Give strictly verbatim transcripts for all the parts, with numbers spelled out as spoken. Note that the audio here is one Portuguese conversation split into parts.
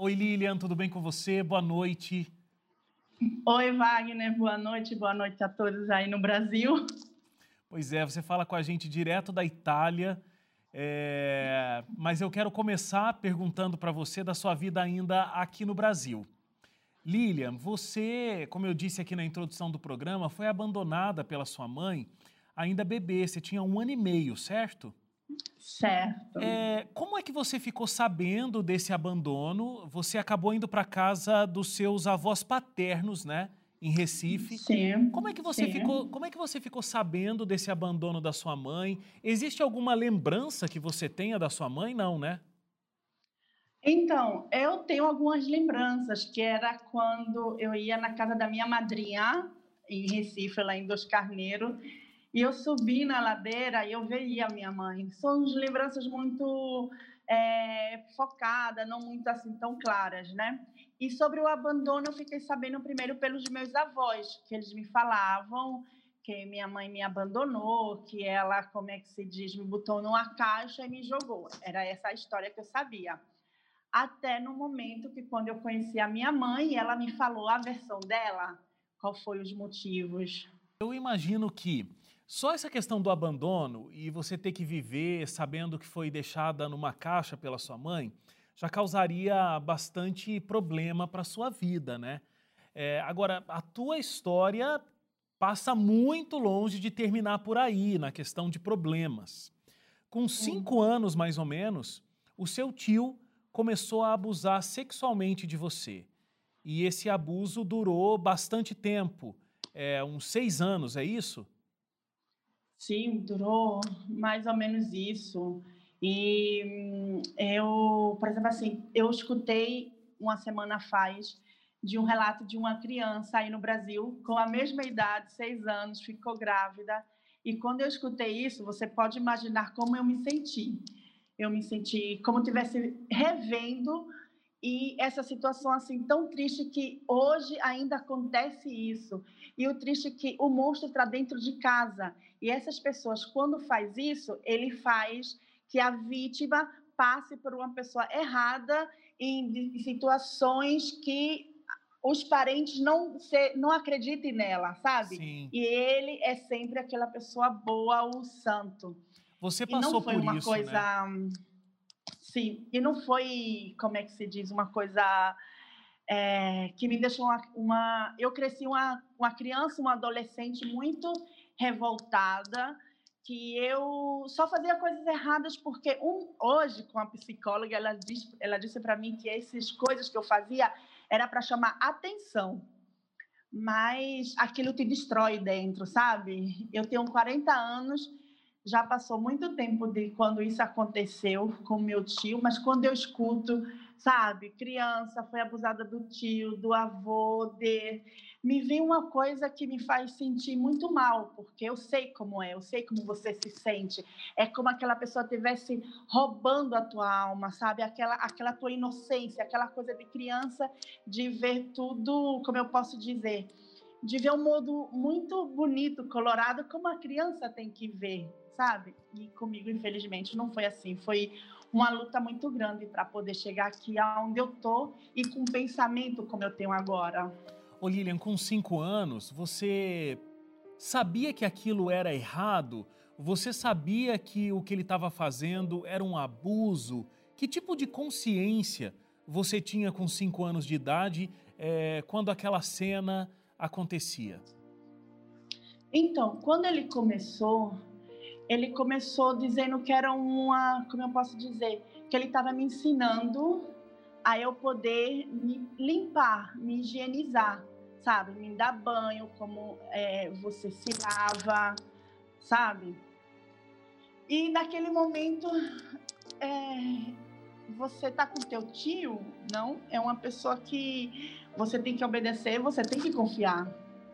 Oi, Lilian, tudo bem com você? Boa noite. Oi, Wagner, boa noite, boa noite a todos aí no Brasil. Pois é, você fala com a gente direto da Itália, é, mas eu quero começar perguntando para você da sua vida ainda aqui no Brasil. Lilian, você, como eu disse aqui na introdução do programa, foi abandonada pela sua mãe ainda bebê, você tinha um ano e meio, certo? Certo. É, como é que você ficou sabendo desse abandono? Você acabou indo para casa dos seus avós paternos, né, em Recife. Como é Sim, que você ficou, sim. como é que você ficou sabendo desse abandono da sua mãe? Existe alguma lembrança que você tenha da sua mãe? Não, né? Então, eu tenho algumas lembranças, que era quando eu ia na casa da minha madrinha, em Recife, lá em Dos Carneiros, e eu subi na ladeira e eu veia a minha mãe. São lembranças muito é, focadas, não muito assim tão claras, né? E sobre o abandono eu fiquei sabendo primeiro pelos meus avós, que eles me falavam que minha mãe me abandonou, que ela, como é que se diz, me botou numa caixa e me jogou. Era essa a história que eu sabia. Até no momento que, quando eu conheci a minha mãe, ela me falou a versão dela, qual foi os motivos. Eu imagino que só essa questão do abandono e você ter que viver sabendo que foi deixada numa caixa pela sua mãe já causaria bastante problema para sua vida, né? É, agora, a tua história passa muito longe de terminar por aí, na questão de problemas. Com cinco Hum. anos, mais ou menos, o seu tio começou a abusar sexualmente de você. E esse abuso durou bastante tempo, é, uns seis anos, é isso? Sim, durou mais ou menos isso. E hum, eu, por exemplo, assim, eu escutei uma semana faz de um relato de uma criança aí no Brasil com a mesma idade, seis anos, ficou grávida. E quando eu escutei isso, você pode imaginar como eu me senti. Eu me senti como tivesse revendo e essa situação assim tão triste que hoje ainda acontece isso. E o triste é que o monstro está dentro de casa. E essas pessoas, quando faz isso, ele faz que a vítima passe por uma pessoa errada em, em situações que os parentes não, se, não acreditem nela, sabe? Sim. E ele é sempre aquela pessoa boa, o santo. Você E não passou foi por uma isso, né? coisa. Sim, e não foi, como é que se diz, uma coisa é, que me deixou uma, uma. Eu cresci uma, uma criança, uma adolescente muito revoltada, que eu só fazia coisas erradas porque um, hoje, com a psicóloga, ela, diz, ela disse para mim que essas coisas que eu fazia era para chamar atenção, mas aquilo te destrói dentro, sabe? Eu tenho quarenta anos, já passou muito tempo de quando isso aconteceu com meu tio, mas quando eu escuto, sabe, criança foi abusada do tio, do avô, de... me vem uma coisa que me faz sentir muito mal, porque eu sei como é, eu sei como você se sente. É como aquela pessoa estivesse roubando a tua alma, sabe? Aquela, aquela tua inocência, aquela coisa de criança, de ver tudo, como eu posso dizer, de ver um mundo muito bonito, colorado, como a criança tem que ver, sabe? E comigo, infelizmente, não foi assim. Foi uma luta muito grande para poder chegar aqui aonde eu tô e com um pensamento como eu tenho agora. Ô Lilian, com cinco anos, você sabia que aquilo era errado? Você sabia que o que ele estava fazendo era um abuso? Que tipo de consciência você tinha com cinco anos de idade, eh, quando aquela cena acontecia? Então, quando ele começou, ele começou dizendo que era uma, como eu posso dizer, que ele estava me ensinando a eu poder me limpar, me higienizar, sabe? Me dar banho, como é, você se lava, sabe? E naquele momento, é, você tá com teu tio, não? É uma pessoa que você tem que obedecer, você tem que confiar.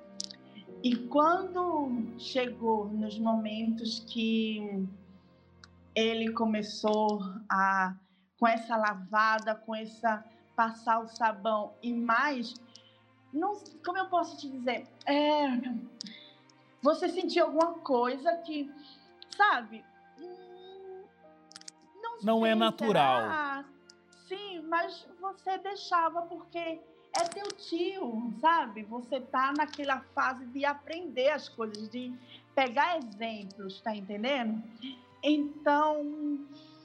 E quando chegou nos momentos que ele começou a, com essa lavada, com essa passar o sabão e mais, não, como eu posso te dizer, é, você sentiu alguma coisa que, sabe, hum, não Não é sei, natural. será? sim, mas você deixava porque é teu tio, sabe? Você tá naquela fase de aprender as coisas, de pegar exemplos, tá entendendo? Então,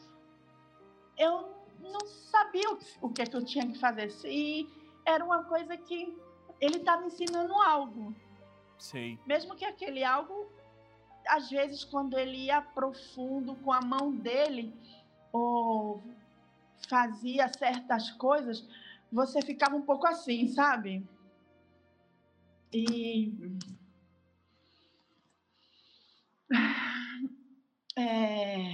eu não sabia o que é que eu tinha que fazer. E era uma coisa que ele estava ensinando algo. Sei. Mesmo que aquele algo, às vezes, quando ele ia profundo com a mão dele, ou fazia certas coisas, você ficava um pouco assim, sabe? E... É...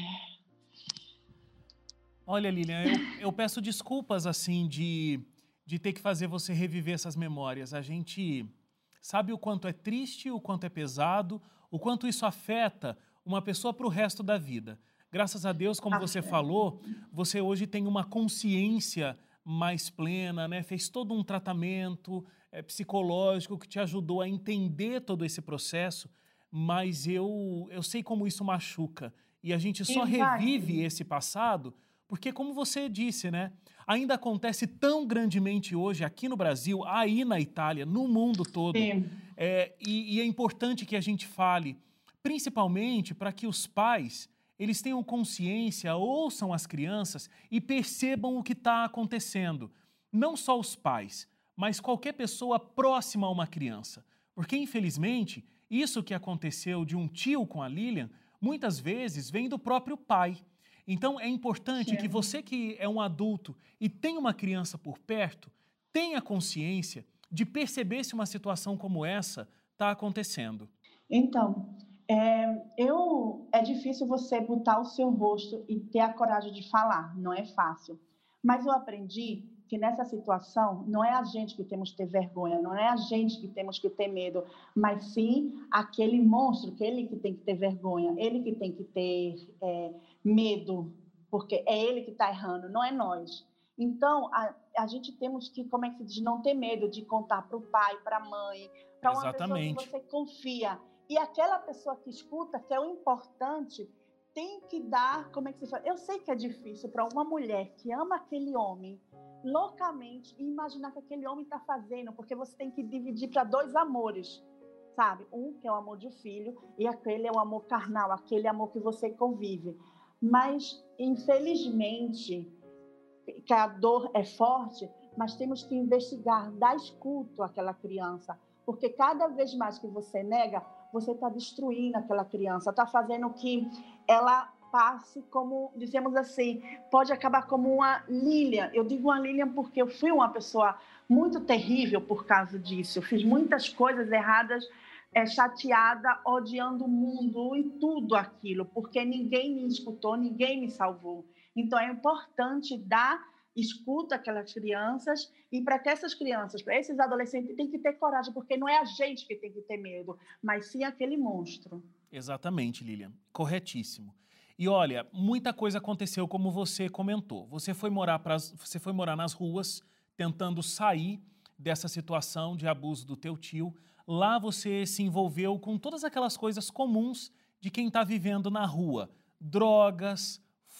Olha, Lilian, eu, eu peço desculpas, assim, de, de ter que fazer você reviver essas memórias. A gente sabe o quanto é triste, o quanto é pesado, o quanto isso afeta uma pessoa para o resto da vida. Graças a Deus, como você falou, você hoje tem uma consciência mais plena, né? Fez todo um tratamento é, psicológico que te ajudou a entender todo esse processo, mas eu, eu sei como isso machuca. E a gente só revive esse passado porque, como você disse, né? Ainda acontece tão grandemente hoje aqui no Brasil, aí na Itália, no mundo todo. É, e, e é importante que a gente fale, principalmente para que os pais eles tenham consciência, ouçam as crianças e percebam o que está acontecendo. Não só os pais, mas qualquer pessoa próxima a uma criança. Porque, infelizmente, isso que aconteceu de um tio com a Lilian, muitas vezes vem do próprio pai. Então, é importante Sim. que você que é um adulto e tem uma criança por perto, tenha consciência de perceber se uma situação como essa está acontecendo. Então... É, eu, é difícil você botar o seu rosto e ter a coragem de falar, não é fácil. Mas eu aprendi que nessa situação não é a gente que temos que ter vergonha, não é a gente que temos que ter medo, mas sim aquele monstro, que ele que tem que ter vergonha, ele que tem que ter é, medo, porque é ele que está errando, não é nós. Então, a, a gente temos que, como é que se diz, não ter medo de contar para o pai, para a mãe, para uma Exatamente. pessoa que você confia. E aquela pessoa que escuta, que é o importante, tem que dar, como é que se fala? Eu sei que é difícil para uma mulher que ama aquele homem loucamente e imaginar que aquele homem está fazendo, porque você tem que dividir para dois amores, sabe? Um que é o amor de filho e aquele é o amor carnal, aquele amor que você convive. Mas, infelizmente, que a dor é forte, mas temos que investigar, dar escuto àquela criança, porque cada vez mais que você nega, você está destruindo aquela criança, está fazendo que ela passe como, dizemos assim, pode acabar como uma Lilian. Eu digo uma Lilian porque eu fui uma pessoa muito terrível por causa disso. Eu fiz muitas coisas erradas, é, chateada, odiando o mundo e tudo aquilo, porque ninguém me escutou, ninguém me salvou. Então, é importante dar escuta aquelas crianças e para que essas crianças, para esses adolescentes, tem que ter coragem, porque não é a gente que tem que ter medo, mas sim aquele monstro. Exatamente, Lilian. Corretíssimo. E olha, muita coisa aconteceu como você comentou. Você foi morar, pra, você foi morar nas ruas, tentando sair dessa situação de abuso do teu tio. Lá você se envolveu com todas aquelas coisas comuns de quem está vivendo na rua. Drogas,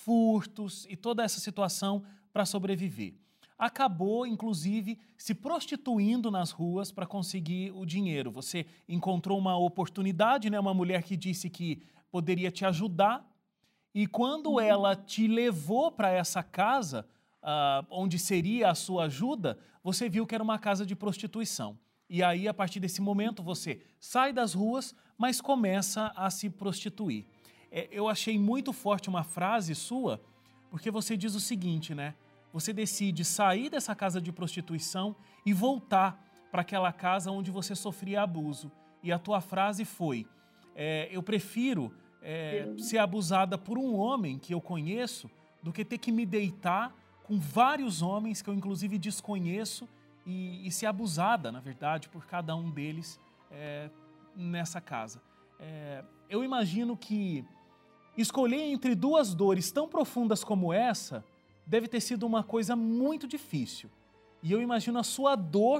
furtos e toda essa situação para sobreviver. Acabou, inclusive, se prostituindo nas ruas para conseguir o dinheiro. Você encontrou uma oportunidade, né? Uma mulher que disse que poderia te ajudar, e quando ela te levou para essa casa, uh, onde seria a sua ajuda, você viu que era uma casa de prostituição. E aí, a partir desse momento, você sai das ruas, mas começa a se prostituir. É, eu achei muito forte uma frase sua, porque você diz o seguinte, né? Você decide sair dessa casa de prostituição e voltar para aquela casa onde você sofria abuso. E a tua frase foi, é, eu prefiro é, ser abusada por um homem que eu conheço do que ter que me deitar com vários homens que eu inclusive desconheço e, e ser abusada, na verdade, por cada um deles é, nessa casa. É, eu imagino que escolher entre duas dores tão profundas como essa deve ter sido uma coisa muito difícil. E eu imagino a sua dor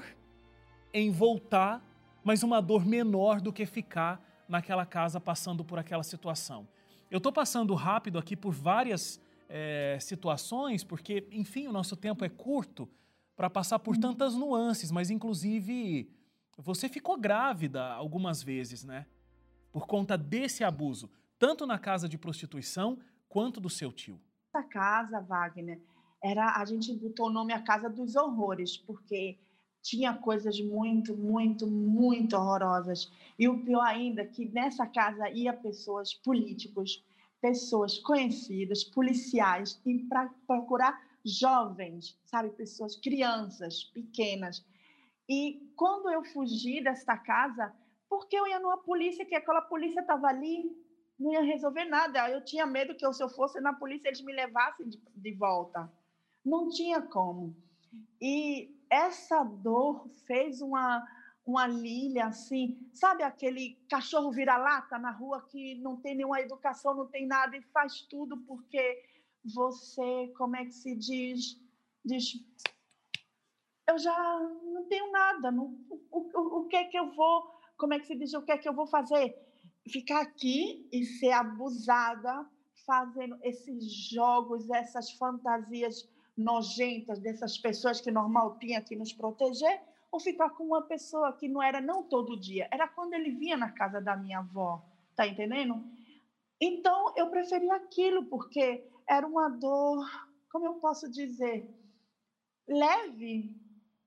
em voltar, mas uma dor menor do que ficar naquela casa passando por aquela situação. Eu estou passando rápido aqui por várias é, situações, porque, enfim, o nosso tempo é curto para passar por tantas nuances, mas, inclusive, você ficou grávida algumas vezes, né? Por conta desse abuso, tanto na casa de prostituição quanto do seu tio. Essa casa, Wagner, era, a gente botou o nome a Casa dos Horrores, porque tinha coisas muito, muito, muito horrorosas. E o pior ainda é que nessa casa ia pessoas políticos, pessoas conhecidas, policiais, e para procurar jovens, sabe, pessoas, crianças pequenas. E quando eu fugi desta casa, porque eu ia numa polícia, que aquela polícia estava ali, não ia resolver nada. Eu tinha medo que eu, se eu fosse na polícia, eles me levassem de, de volta. Não tinha como. E essa dor fez uma, uma Lília, assim, sabe aquele cachorro vira-lata na rua que não tem nenhuma educação, não tem nada e faz tudo porque você, como é que se diz, diz eu já não tenho nada, não, o, o, o que é que eu vou, como é que se diz, o que é que eu vou fazer? Ficar aqui e ser abusada, fazendo esses jogos, essas fantasias nojentas dessas pessoas que normal tinha que nos proteger, ou ficar com uma pessoa que não era não todo dia, era quando ele vinha na casa da minha avó, tá entendendo? Então, eu preferi aquilo, porque era uma dor, como eu posso dizer, leve,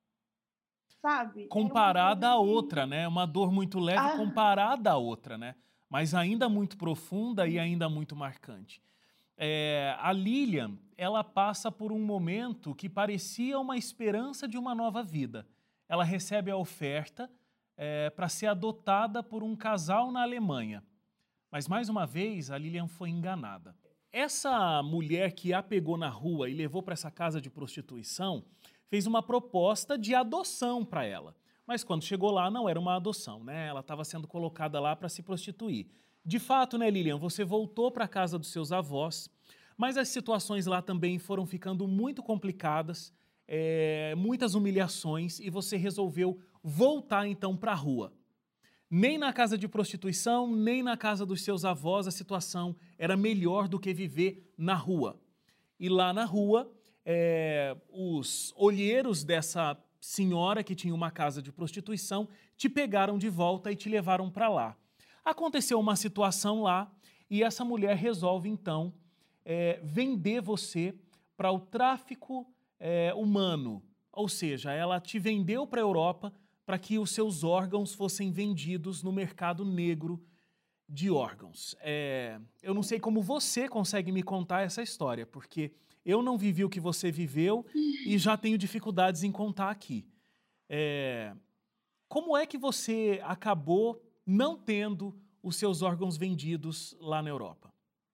sabe? Era uma Comparada coisa à que... outra, né? Uma dor muito leve Ah, comparada à outra, né? Mas ainda muito profunda e ainda muito marcante. É, a Lilian, ela passa por um momento que parecia uma esperança de uma nova vida. Ela recebe a oferta é, para ser adotada por um casal na Alemanha. Mas, mais uma vez, a Lilian foi enganada. Essa mulher que a pegou na rua e levou para essa casa de prostituição fez uma proposta de adoção para ela. Mas quando chegou lá, não era uma adoção, né? Ela estava sendo colocada lá para se prostituir. De fato, né, Lilian, você voltou para a casa dos seus avós, mas as situações lá também foram ficando muito complicadas, é, muitas humilhações, e você resolveu voltar então para a rua. Nem na casa de prostituição, nem na casa dos seus avós a situação era melhor do que viver na rua. E lá na rua, é, os olheiros dessa senhora que tinha uma casa de prostituição te pegaram de volta e te levaram para lá. Aconteceu uma situação lá e essa mulher resolve então é, vender você para o tráfico é, humano. Ou seja, ela te vendeu para a Europa para que os seus órgãos fossem vendidos no mercado negro de órgãos. É, eu não sei como você consegue me contar essa história, porque eu não vivi o que você viveu e já tenho dificuldades em contar aqui. É, como é que você acabou não tendo os seus órgãos vendidos lá na Europa?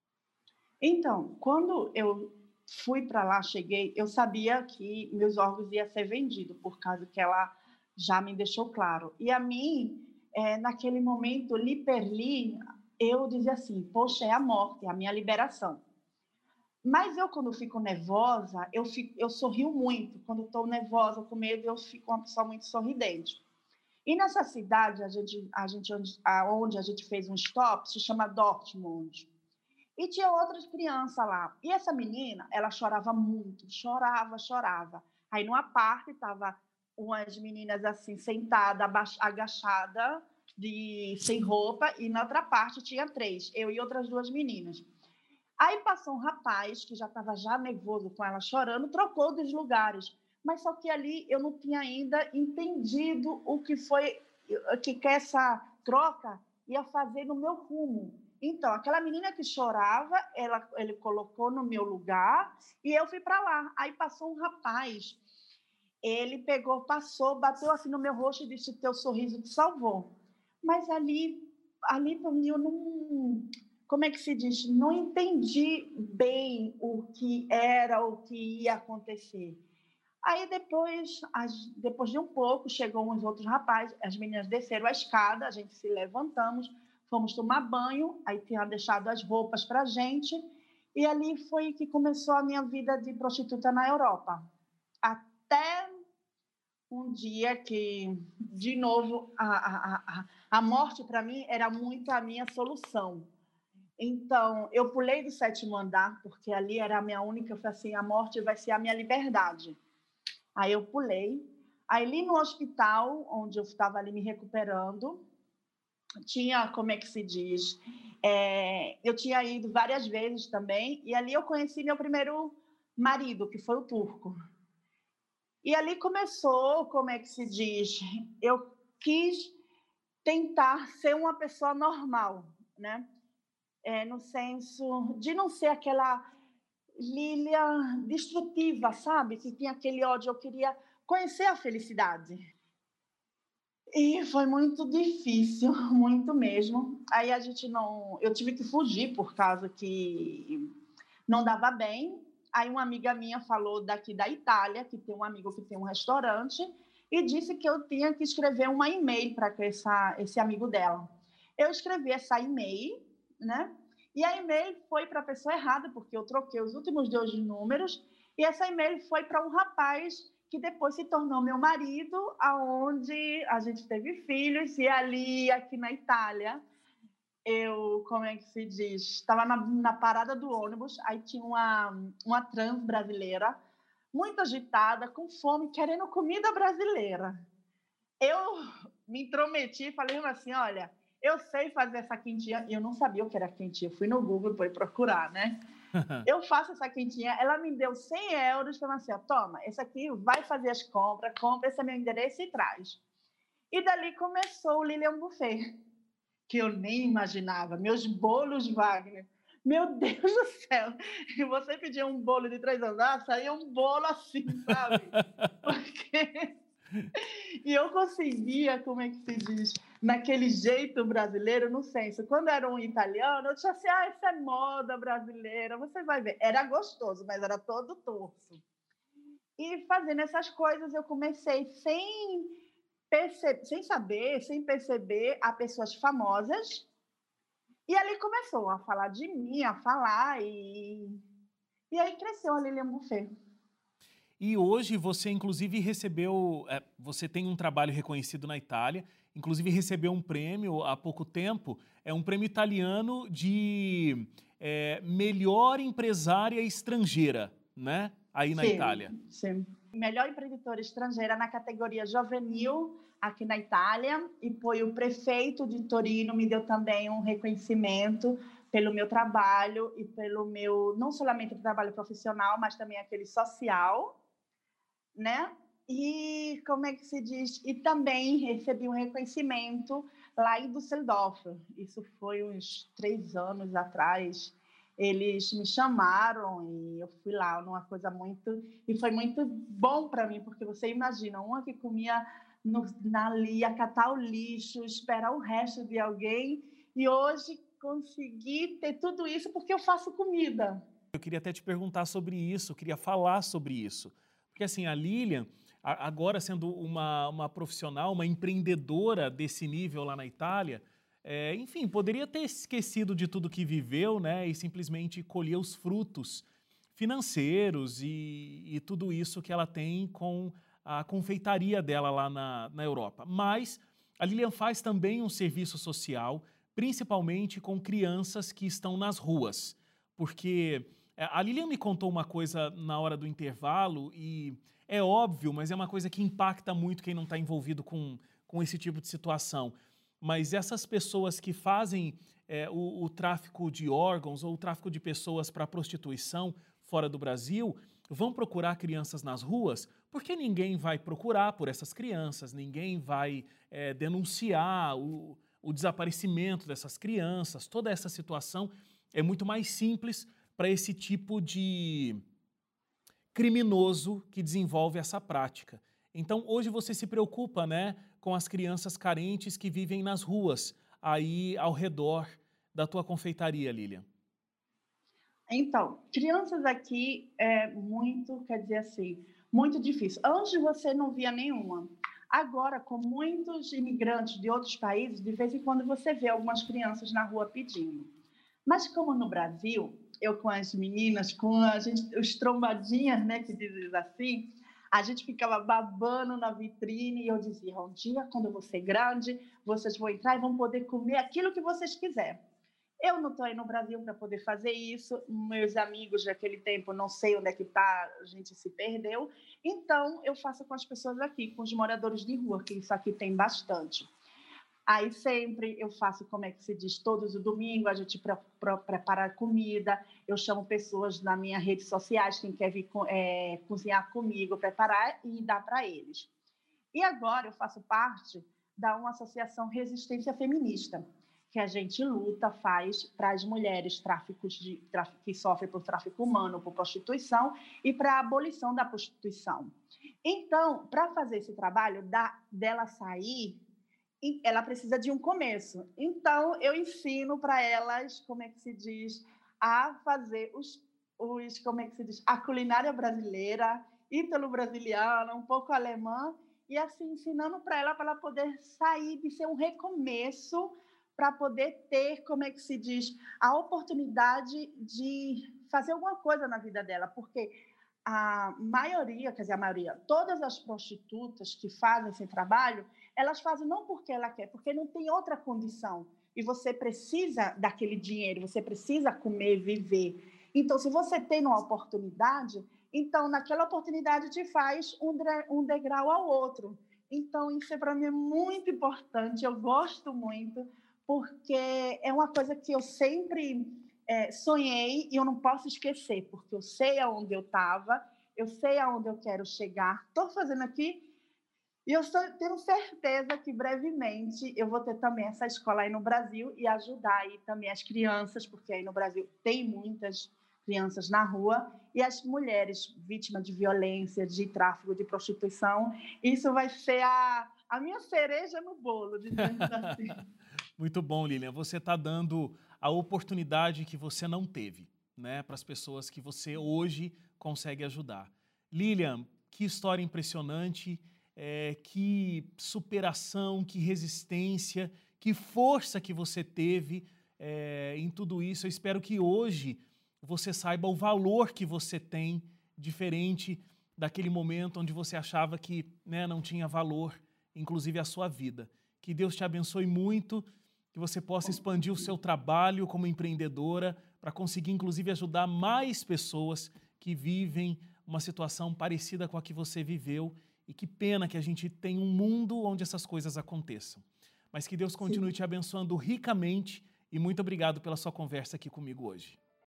então, quando eu fui para lá, cheguei, eu sabia que meus órgãos iam ser vendidos, por causa que ela já me deixou claro. E a mim, é, naquele momento, li per li, eu dizia assim, poxa, é a morte, é a minha liberação. Mas eu, quando fico nervosa, eu, fico, eu sorrio muito. Quando estou nervosa, com medo, eu fico uma pessoa muito sorridente. E nessa cidade, a gente, a gente, onde, onde a gente fez um stop, se chama Dortmund. E tinha outras crianças lá. E essa menina, ela chorava muito, chorava, chorava. Aí, numa parte, estava umas meninas assim, sentadas, agachadas, de, sem roupa, e na outra parte tinha três, eu e outras duas meninas. Aí passou um rapaz, que já estava já nervoso com ela chorando, trocou dos lugares. Mas só que ali eu não tinha ainda entendido o que foi, que, que essa troca ia fazer no meu rumo. Então, aquela menina que chorava, ela, ele colocou no meu lugar e eu fui para lá. Aí passou um rapaz, ele pegou, passou, bateu assim no meu rosto e disse: teu sorriso te salvou. Mas ali, ali para mim, eu não... Como é que se diz? Não entendi bem o que era, o que ia acontecer. Aí depois, depois de um pouco, chegou uns outros rapazes, as meninas desceram a escada, a gente se levantamos, fomos tomar banho, aí tinha deixado as roupas para a gente, e ali foi que começou a minha vida de prostituta na Europa. Até um dia que, de novo, a, a, a, a morte para mim era muito a minha solução. Então, eu pulei do sétimo andar, porque ali era a minha única, eu falei assim, a morte vai ser a minha liberdade. Aí eu pulei. Aí ali no hospital, onde eu estava ali me recuperando, tinha, como é que se diz? É, eu tinha ido várias vezes também, e ali eu conheci meu primeiro marido, que foi o turco. E ali começou, como é que se diz? Eu quis tentar ser uma pessoa normal, né? É, no senso de não ser aquela Lília destrutiva, sabe? Que tinha aquele ódio. Eu queria conhecer a felicidade. E foi muito difícil, muito mesmo. Aí a gente não. Eu tive que fugir por causa que não dava bem. Aí uma amiga minha falou daqui da Itália, que tem um amigo que tem um restaurante, e disse que eu tinha que escrever uma e-mail para esse amigo dela. Eu escrevi essa e-mail, né? E a e-mail foi para a pessoa errada, porque eu troquei os últimos dois números, e essa e-mail foi para um rapaz que depois se tornou meu marido, aonde a gente teve filhos, e ali, aqui na Itália, eu, como é que se diz? Estava na, na parada do ônibus, aí tinha uma, uma trans brasileira, muito agitada, com fome, querendo comida brasileira. Eu me intrometi e falei assim, olha, eu sei fazer essa quentinha, e eu não sabia o que era quentinha, eu fui no Google para ir procurar, né? Eu faço essa quentinha, ela me deu cem euros, falando assim, ó, toma, esse aqui vai fazer as compras, compra, esse é meu endereço e traz. E dali começou o Lilian Buffet, que eu nem imaginava, meus bolos Wagner. Meu Deus do céu! E você pedia um bolo de três andares, saía um bolo assim, sabe? Porque... E eu conseguia, como é que se diz, naquele jeito brasileiro, no senso, quando era um italiano, eu disse assim, ah, isso é moda brasileira, você vai ver. Era gostoso, mas era todo torto. E fazendo essas coisas, eu comecei sem, perceber, sem saber, sem perceber, a pessoas famosas. E ali começou a falar de mim, a falar, e, e aí cresceu a Lilian Buffet. E hoje você, inclusive, recebeu, é, você tem um trabalho reconhecido na Itália, inclusive recebeu um prêmio há pouco tempo, é um prêmio italiano de é, melhor empresária estrangeira, né? Aí na Itália. Sim, sim. Melhor empreendedora estrangeira na categoria juvenil aqui na Itália, e foi o prefeito de Torino me deu também um reconhecimento pelo meu trabalho e pelo meu, não somente o trabalho profissional, mas também aquele social, né? E como é que se diz? E também recebi um reconhecimento lá em Düsseldorf. Isso foi uns três anos atrás. Eles me chamaram e eu fui lá numa coisa muito... E foi muito bom para mim, porque você imagina, uma que comia no, na ali, a catar o lixo, esperar o resto de alguém, e hoje consegui ter tudo isso porque eu faço comida. Eu queria até te perguntar sobre isso, queria falar sobre isso. Porque assim, a Lilian, agora sendo uma, uma profissional, uma empreendedora desse nível lá na Itália, é, enfim, poderia ter esquecido de tudo que viveu, né, e simplesmente colher os frutos financeiros e, e tudo isso que ela tem com a confeitaria dela lá na, na Europa. Mas a Lilian faz também um serviço social, principalmente com crianças que estão nas ruas, porque a Lilian me contou uma coisa na hora do intervalo e é óbvio, mas é uma coisa que impacta muito quem não está envolvido com, com esse tipo de situação. Mas essas pessoas que fazem é, o, o tráfico de órgãos ou o tráfico de pessoas para prostituição fora do Brasil vão procurar crianças nas ruas porque ninguém vai procurar por essas crianças, ninguém vai é, denunciar o, o desaparecimento dessas crianças. Toda essa situação é muito mais simples para esse tipo de criminoso que desenvolve essa prática. Então, hoje você se preocupa, né, com as crianças carentes que vivem nas ruas, aí ao redor da tua confeitaria, Lilian. Então, crianças aqui é muito, quer dizer assim, muito difícil. Antes você não via nenhuma. Agora, com muitos imigrantes de outros países, de vez em quando você vê algumas crianças na rua pedindo. Mas como no Brasil, eu com as meninas, com a gente, os trombadinhas, né, que dizem assim, a gente ficava babando na vitrine e eu dizia, um dia, quando eu vou ser grande, vocês vão entrar e vão poder comer aquilo que vocês quiserem. Eu não estou aí no Brasil para poder fazer isso, meus amigos daquele tempo, não sei onde é que está, a gente se perdeu. Então, eu faço com as pessoas aqui, com os moradores de rua, que isso aqui tem bastante. Aí sempre eu faço, como é que se diz, todos os domingos a gente pre pre prepara comida, eu chamo pessoas na minha redes sociais, quem quer vir é, cozinhar comigo, preparar e dar para eles. E agora eu faço parte da uma associação Resistência Feminista, que a gente luta, faz para as mulheres tráficos de, tráfico, que sofrem por tráfico humano, por prostituição, e para a abolição da prostituição. Então, para fazer esse trabalho da, dela sair, ela precisa de um começo. Então, eu ensino para elas, como é que se diz, a fazer os, os como é que se diz, a culinária brasileira, ítalo-brasiliana, um pouco alemã, e assim, ensinando para ela, para ela poder sair de ser um recomeço, para poder ter, como é que se diz, a oportunidade de fazer alguma coisa na vida dela, porque a maioria, quer dizer, a maioria, todas as prostitutas que fazem esse trabalho, elas fazem não porque ela quer, porque não tem outra condição. E você precisa daquele dinheiro, você precisa comer, viver. Então, se você tem uma oportunidade, então, naquela oportunidade te faz um, um degrau ao outro. Então, isso para mim é muito importante, eu gosto muito, porque é uma coisa que eu sempre é, sonhei e eu não posso esquecer, porque eu sei aonde eu estava, eu sei aonde eu quero chegar, estou fazendo aqui e eu só tenho certeza que brevemente eu vou ter também essa escola aí no Brasil e ajudar aí também as crianças, porque aí no Brasil tem muitas crianças na rua e as mulheres vítimas de violência, de tráfico, de prostituição. Isso vai ser a, a minha cereja no bolo, dizendo assim. Muito bom, Lilian. Você está dando a oportunidade que você não teve, né, para as pessoas que você hoje consegue ajudar. Lilian, que história impressionante, é, que superação, que resistência, que força que você teve é, em tudo isso. Eu espero que hoje você saiba o valor que você tem, diferente daquele momento onde você achava que, né, não tinha valor, inclusive a sua vida. Que Deus te abençoe muito, que você possa expandir o seu trabalho como empreendedora para conseguir, inclusive, ajudar mais pessoas que vivem uma situação parecida com a que você viveu. E que pena que a gente tem um mundo onde essas coisas aconteçam. Mas que Deus continue Sim. te abençoando ricamente e muito obrigado pela sua conversa aqui comigo hoje.